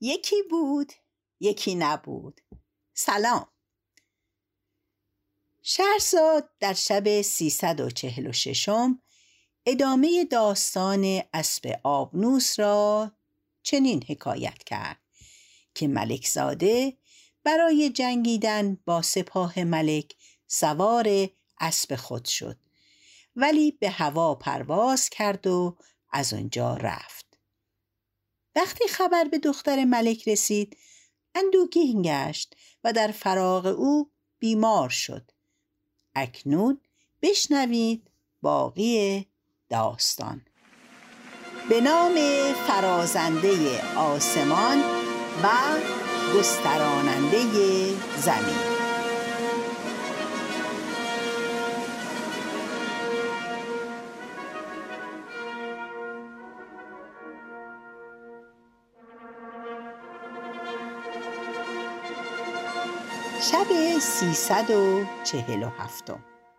یکی بود یکی نبود. سلام. شهرزاد در شب 346 ادامه داستان اسب آبنوس را چنین حکایت کرد که ملک زاده برای جنگیدن با سپاه ملک سوار اسب خود شد، ولی به هوا پرواز کرد و از آنجا رفت. وقتی خبر به دختر ملک رسید اندوهگین گشت و در فراق او بیمار شد. اکنون بشنوید باقی داستان. به نام فرازنده آسمان و گستراننده زمین. شب 347.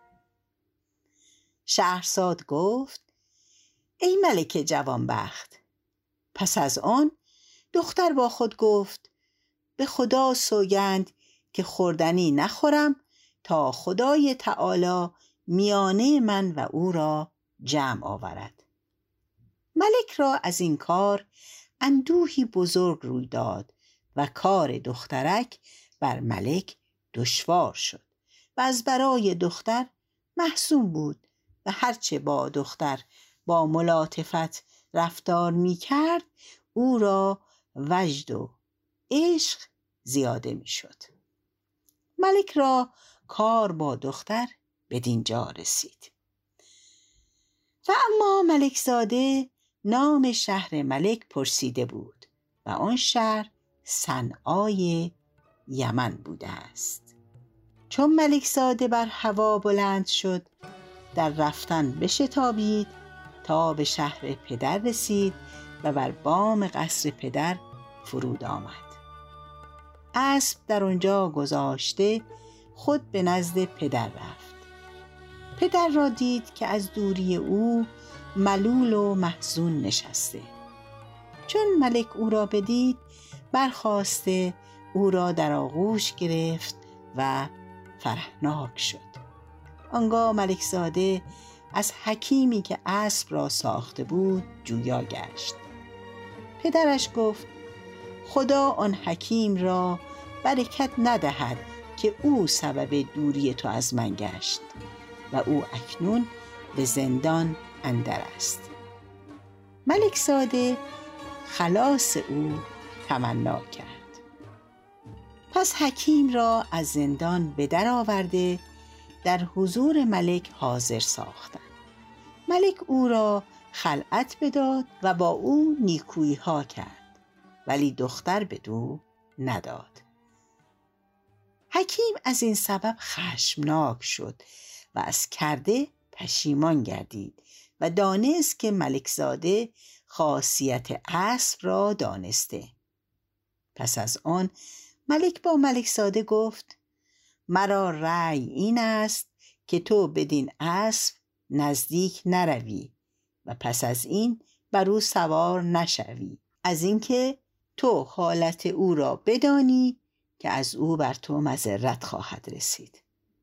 شهرزاد گفت: ای ملک جوانبخت. پس از آن دختر با خود گفت: به خدا سوگند که خوردنی نخورم تا خدای تعالی میانه من و او را جمع آورد. ملک را از این کار اندوهی بزرگ روی داد و کار دخترک بر ملک دشوار شد و از برای دختر محزون بود و هرچه با دختر با ملاطفت رفتار می کرد او را وجد و عشق زیاده می شد. ملک را کار با دختر بدینجا رسید. و اما ملک زاده نام شهر ملک پرسیده بود و آن شهر صنعای یمن بوده است. چون ملک زاده بر هوا بلند شد در رفتن بشتابید تا به شهر پدر رسید و بر بام قصر پدر فرود آمد. اسب در آنجا گذاشته خود به نزد پدر رفت. پدر را دید که از دوری او ملول و محزون نشسته. چون ملک او را بدید برخاسته او را در آغوش گرفت و فرحناک شد. آنگاه ملک زاده از حکیمی که اسب را ساخته بود جویا گشت. پدرش گفت: خدا آن حکیم را برکت ندهد که او سبب دوری تو از من گشت و او اکنون به زندان اندر است. ملک زاده خلاص او تمنا کرد. پس حکیم را از زندان به در آورده در حضور ملک حاضر ساختند. ملک او را خلعت بداد و با او نیکویی ها کرد، ولی دختر بدو نداد. حکیم از این سبب خشمناک شد و از کرده پشیمان گردید و دانست که ملک زاده خاصیت اسب را دانسته. پس از آن ملک با ملک زاده گفت: مرا رأی این است که تو بدین اسب نزدیک نروی و پس از این بر او سوار نشوی، از اینکه تو حالت او را بدانی که از او بر تو مضرت خواهد رسید.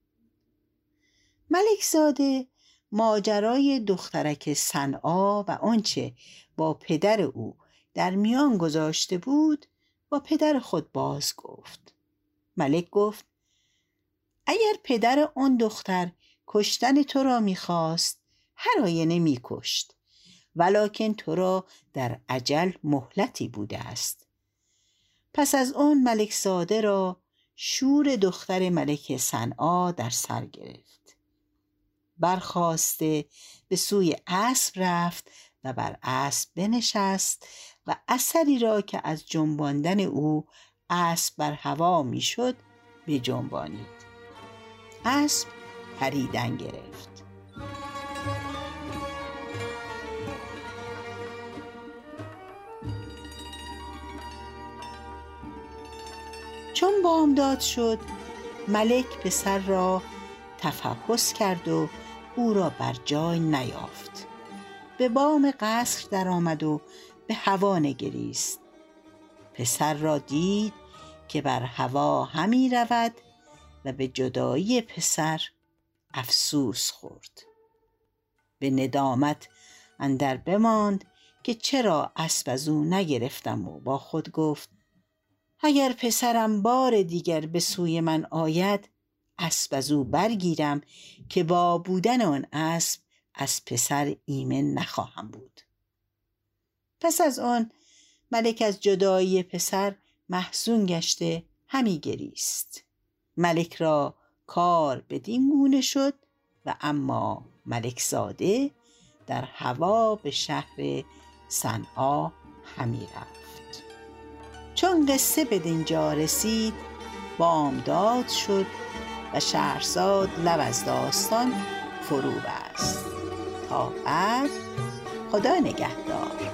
ملک زاده ماجرای دخترک صنعا و آنچه با پدر او در میان گذاشته بود با پدر خود باز گفت. ملک گفت: اگر پدر آن دختر کشتن تو را می‌خواست هر آینه می‌کشت، ولکن تو را در اجل مهلتی بوده است. پس از آن ملک زاده را شور دختر ملک صنعا در سر گرفت. برخاسته به سوی اسب رفت و بر اسب بنشست و اثری را که از جنباندن او اسب بر هوا میشد بجنبانید. اسب پریدن گرفت. چون بامداد شد ملک پسر را تفحص کرد و او را بر جای نیافت. به بام قصر در آمد و به هوا نگریست. پسر را دید که بر هوا همی رود و به جدایی پسر افسوس خورد. به ندامت اندر بماند که چرا اسب از او نگرفتم و با خود گفت اگر پسرم بار دیگر به سوی من آید اسب از او برگیرم که با بودن آن اسب از پسر ایمن نخواهم بود. پس از آن ملک از جدایی پسر محزون گشته همی گریست. ملک را کار بدین گونه شد و اما ملک زاده در هوا به شهر صنعا همی رفت. چون قصه بدینجا رسید بامداد شد و شهرزاد لب از داستان فرو بست. تا بعد، خدا نگهدار.